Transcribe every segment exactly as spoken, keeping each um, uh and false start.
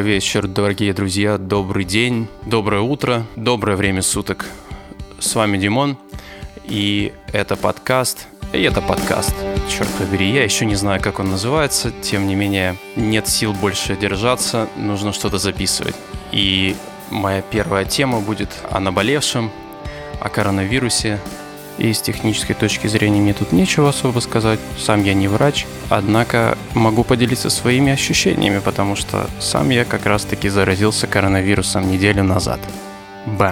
Добрый вечер, дорогие друзья, добрый день, доброе утро, доброе время суток. С вами Димон, и это подкаст, и это подкаст, черт побери, я еще не знаю, как он называется, тем не менее, нет сил больше держаться, нужно что-то записывать. И моя первая тема будет о наболевшем, о коронавирусе. И с технической точки зрения мне тут нечего особо сказать, сам я не врач, однако могу поделиться своими ощущениями, потому что сам я как раз-таки заразился коронавирусом неделю назад. Бам!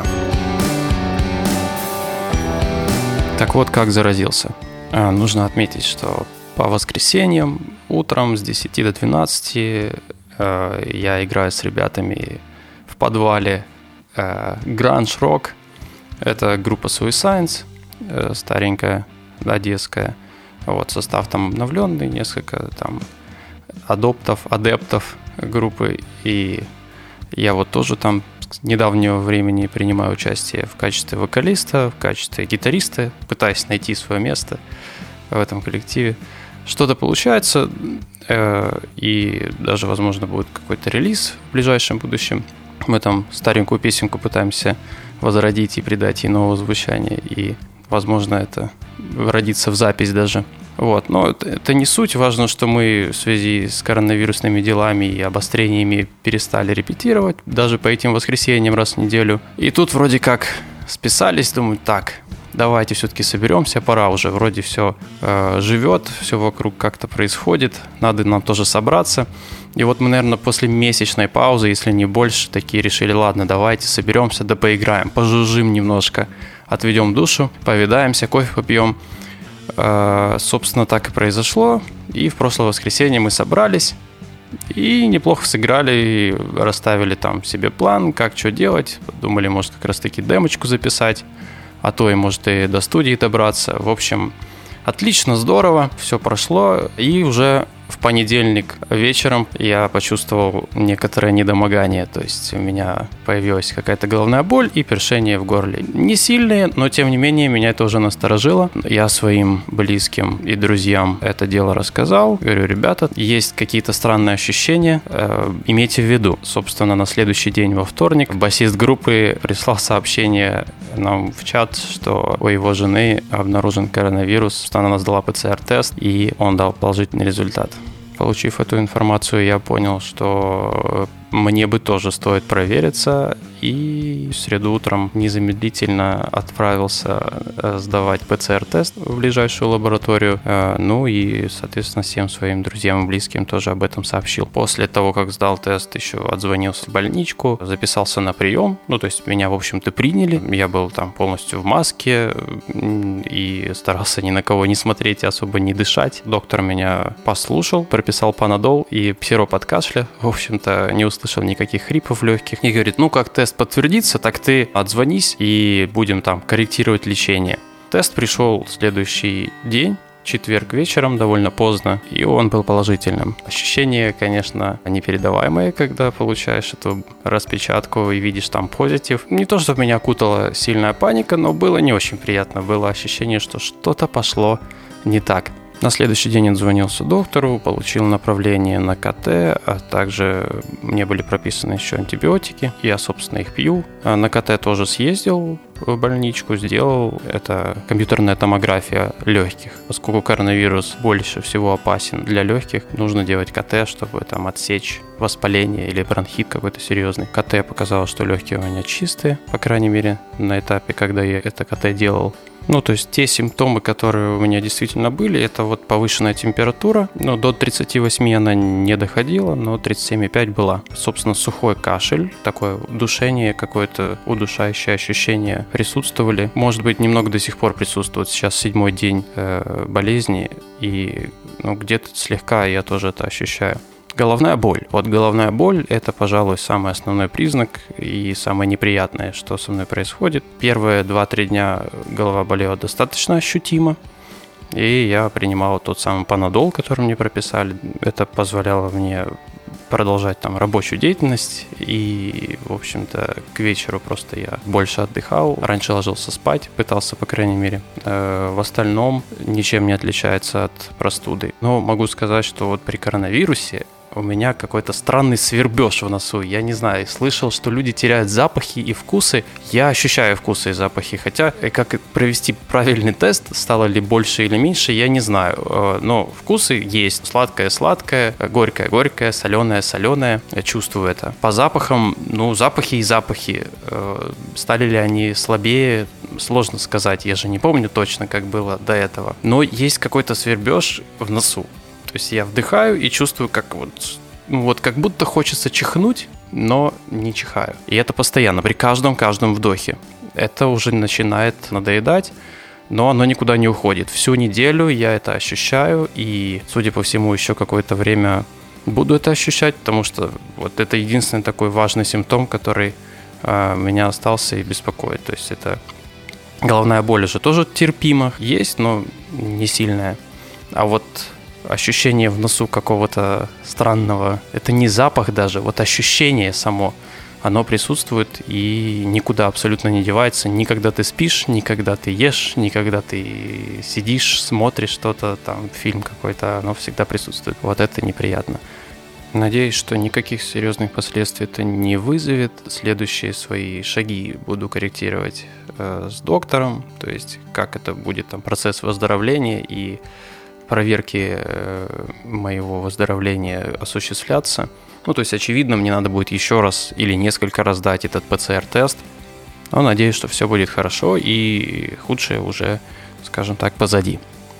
Так вот, как заразился. А, нужно отметить, что по воскресеньям утром с десяти до двенадцати э, я играю с ребятами в подвале э, Grunge Rock. Это группа Suicides. Старенькая, одесская. Вот, состав там обновленный, несколько там адоптов, адептов группы. И я вот тоже там с недавнего времени принимаю участие в качестве вокалиста, в качестве гитариста, пытаясь найти свое место в этом коллективе. Что-то получается, э, и даже, возможно, будет какой-то релиз в ближайшем будущем. Мы там старенькую песенку пытаемся возродить и придать ей новое звучание, и возможно, это родится в запись даже. Вот. Но это, это не суть. Важно, что мы в связи с коронавирусными делами и обострениями перестали репетировать, даже по этим воскресеньям раз в неделю. И тут вроде как списались, думаю, так, давайте все-таки соберемся, пора уже. Вроде все э, живет, все вокруг как-то происходит, надо нам тоже собраться. И вот мы, наверное, после месячной паузы, если не больше, такие решили, ладно, давайте соберемся, да поиграем, пожужжим немножко, отведем душу, повидаемся, кофе попьем. Э, собственно, так и произошло. И в прошлое воскресенье мы собрались и неплохо сыграли, и расставили там себе план, как что делать. Думали, может, как раз-таки демочку записать, а то и, может, и до студии добраться. В общем, отлично, здорово, все прошло, и уже в понедельник вечером я почувствовал некоторое недомогание, то есть у меня появилась какая-то головная боль и першение в горле. Не сильные, но тем не менее меня это уже насторожило. Я своим близким и друзьям это дело рассказал. Говорю, ребята, есть какие-то странные ощущения, э, имейте в виду. Собственно, на следующий день во вторник басист группы прислал сообщение нам в чат, что у его жены обнаружен коронавирус, что она сдала ПЦР-тест, и он дал положительный результат. Получив эту информацию, я понял, что мне бы тоже стоит провериться, и в среду утром незамедлительно отправился сдавать ПЦР-тест в ближайшую лабораторию. Ну и, соответственно, всем своим друзьям и близким тоже об этом сообщил. После того, как сдал тест, еще отзвонился в больничку, записался на прием. Ну, то есть меня, в общем-то, приняли. Я был там полностью в маске и старался ни на кого не смотреть и особо не дышать. Доктор меня послушал, прописал панадол и сироп от кашля. В общем-то, не услышал никаких хрипов легких. И говорит, ну, как тест подтвердится, так ты отзвонись и будем там корректировать лечение. Тест пришел в следующий день, четверг вечером, довольно поздно, и он был положительным. Ощущения, конечно, непередаваемые, когда получаешь эту распечатку и видишь там позитив. Не то, чтобы меня окутала сильная паника, но было не очень приятно. Было ощущение, что что-то пошло не так. На следующий день отзвонился доктору, получил направление на КТ, а также мне были прописаны еще антибиотики. Я, собственно, их пью. На КТ тоже съездил в больничку, сделал. Это компьютерная томография легких. Поскольку коронавирус больше всего опасен для легких, нужно делать КТ, чтобы там отсечь воспаление или бронхит какой-то серьезный. КТ показало, что легкие у меня чистые, по крайней мере, на этапе, когда я это КТ делал. Ну, то есть те симптомы, которые у меня действительно были, это вот повышенная температура. Ну, до тридцати восьми она не доходила, но тридцать семь и пять была. Собственно, сухой кашель, такое удушение, какое-то удушающее ощущение присутствовали. Может быть, немного до сих пор присутствует. Сейчас седьмой день э, болезни, и ну, где-то слегка я тоже это ощущаю. Головная боль. Вот головная боль – это, пожалуй, самый основной признак и самое неприятное, что со мной происходит. Первые два-три дня голова болела достаточно ощутимо, и я принимал тот самый панадол, который мне прописали. Это позволяло мне продолжать там рабочую деятельность, и, в общем-то, к вечеру просто я больше отдыхал. Раньше ложился спать, пытался, по крайней мере. В остальном ничем не отличается от простуды. Но могу сказать, что вот при коронавирусе у меня какой-то странный свербеж в носу. Я не знаю, слышал, что люди теряют запахи и вкусы. Я ощущаю вкусы и запахи, хотя как провести правильный тест, стало ли больше или меньше, я не знаю. Но вкусы есть. Сладкое-сладкое, горькое-горькое, соленое-соленое. Я чувствую это. По запахам, ну, запахи и запахи. Стали ли они слабее? Сложно сказать. Я же не помню точно, как было до этого. Но есть какой-то свербеж в носу. То есть я вдыхаю и чувствую, как вот, ну вот как будто хочется чихнуть, но не чихаю. И это постоянно, при каждом-каждом вдохе. Это уже начинает надоедать, но оно никуда не уходит. Всю неделю я это ощущаю, и, судя по всему, еще какое-то время буду это ощущать, потому что вот это единственный такой важный симптом, который э, меня остался и беспокоит. То есть это головная боль уже тоже терпимо есть, но не сильная. А вот ощущение в носу какого-то странного, это не запах даже, вот ощущение само, оно присутствует и никуда абсолютно не девается. Ни когда ты спишь, ни когда ты ешь, ни когда ты сидишь, смотришь что-то, там, фильм какой-то, оно всегда присутствует. Вот это неприятно. Надеюсь, что никаких серьезных последствий это не вызовет. Следующие свои шаги буду корректировать э, с доктором, то есть как это будет там процесс выздоровления и проверки э, моего выздоровления осуществляться. Ну, то есть, очевидно, мне надо будет еще раз или несколько раз дать этот ПЦР-тест. Но надеюсь, что все будет хорошо и худшее уже, скажем так, позади.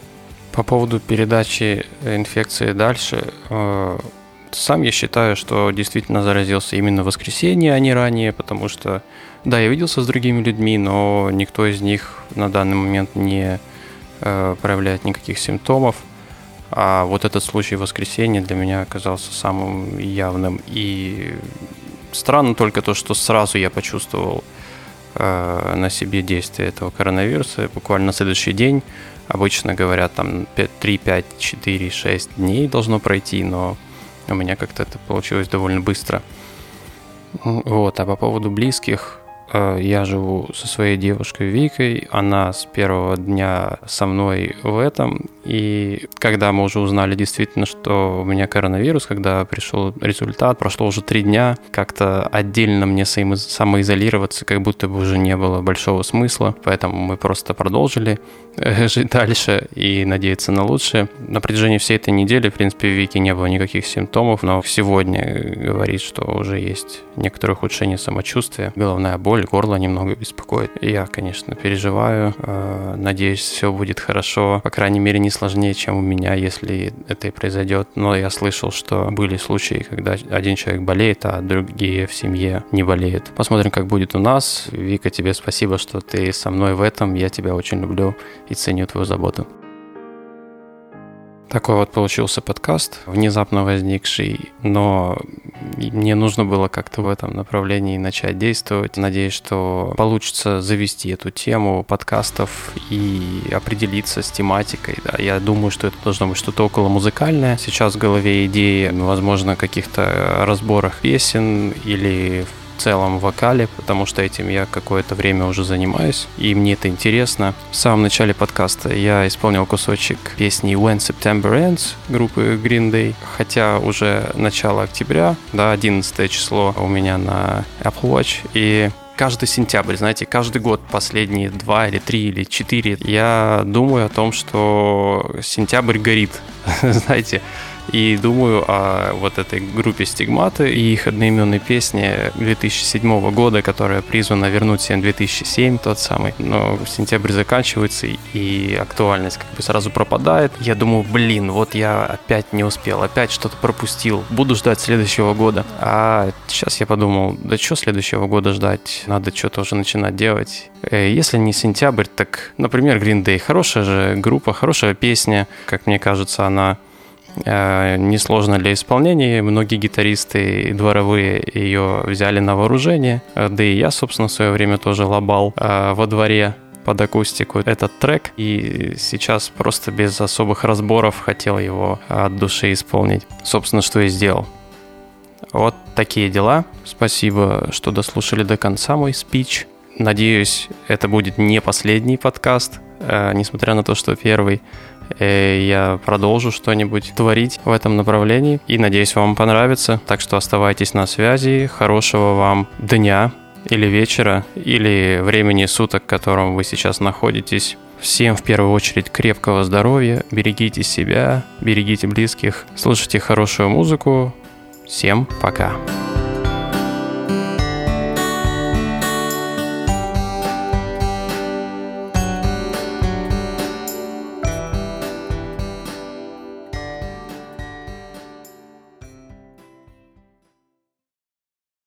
По поводу передачи инфекции дальше, э, сам я считаю, что действительно заразился именно в воскресенье, а не ранее, потому что, да, я виделся с другими людьми, но никто из них на данный момент не проявляет никаких симптомов, а вот этот случай в воскресенье для меня оказался самым явным. И странно только то, что сразу я почувствовал э, на себе действие этого коронавируса. Буквально на следующий день, обычно говорят, там три, пять, четыре, шесть дней должно пройти, но у меня как-то это получилось довольно быстро. Вот, а по поводу близких, я живу со своей девушкой Викой, она с первого дня со мной в этом, и когда мы уже узнали действительно, что у меня коронавирус, когда пришел результат, прошло уже три дня, как-то отдельно мне самоизолироваться как будто бы уже не было большого смысла, поэтому мы просто продолжили жить дальше и надеяться на лучшее. На протяжении всей этой недели, в принципе, у Вики не было никаких симптомов, но сегодня говорит, что уже есть некоторое ухудшение самочувствия, головная боль, горло немного беспокоит. И я, конечно, переживаю, надеюсь, все будет хорошо, по крайней мере, не сложнее, чем у меня, если это и произойдет. Но я слышал, что были случаи, когда один человек болеет, а другие в семье не болеют. Посмотрим, как будет у нас. Вика, тебе спасибо, что ты со мной в этом. Я тебя очень люблю и ценю твою заботу. Такой вот получился подкаст, внезапно возникший, но мне нужно было как-то в этом направлении начать действовать. Надеюсь, что получится завести эту тему подкастов и определиться с тематикой. Да. Я думаю, что это должно быть что-то около музыкальное. Сейчас в голове идеи, возможно, о каких-то разборах песен или в целом в вокале, потому что этим я какое-то время уже занимаюсь, и мне это интересно. В самом начале подкаста я исполнил кусочек песни When September Ends группы Green Day, хотя уже начало октября, да, одиннадцатое число у меня на Apple Watch, и каждый сентябрь, знаете, каждый год, последние два или три или четыре, я думаю о том, что сентябрь горит, знаете, и думаю о вот этой группе Стигматы и их одноименной песне две тысячи седьмого года, которая призвана вернуть всем две тысячи семь, тот самый. Но сентябрь заканчивается, и актуальность как бы сразу пропадает. Я думаю, блин, вот я опять не успел, опять что-то пропустил. Буду ждать следующего года. А сейчас я подумал, да что следующего года ждать? Надо что-то уже начинать делать. Если не сентябрь, так, например, Green Day. Хорошая же группа, хорошая песня. Как мне кажется, она несложно для исполнения. Многие гитаристы дворовые ее взяли на вооружение. Да и я, собственно, в свое время тоже лобал во дворе под акустику этот трек. И сейчас просто без особых разборов хотел его от души исполнить. Собственно, что и сделал. Вот такие дела. Спасибо, что дослушали до конца мой спич. Надеюсь, это будет не последний подкаст, несмотря на то, что первый. И я продолжу что-нибудь творить в этом направлении. И надеюсь, вам понравится. Так что оставайтесь на связи. Хорошего вам дня или вечера, или времени суток, в котором вы сейчас находитесь. Всем в первую очередь крепкого здоровья. Берегите себя, берегите близких. Слушайте хорошую музыку. Всем пока.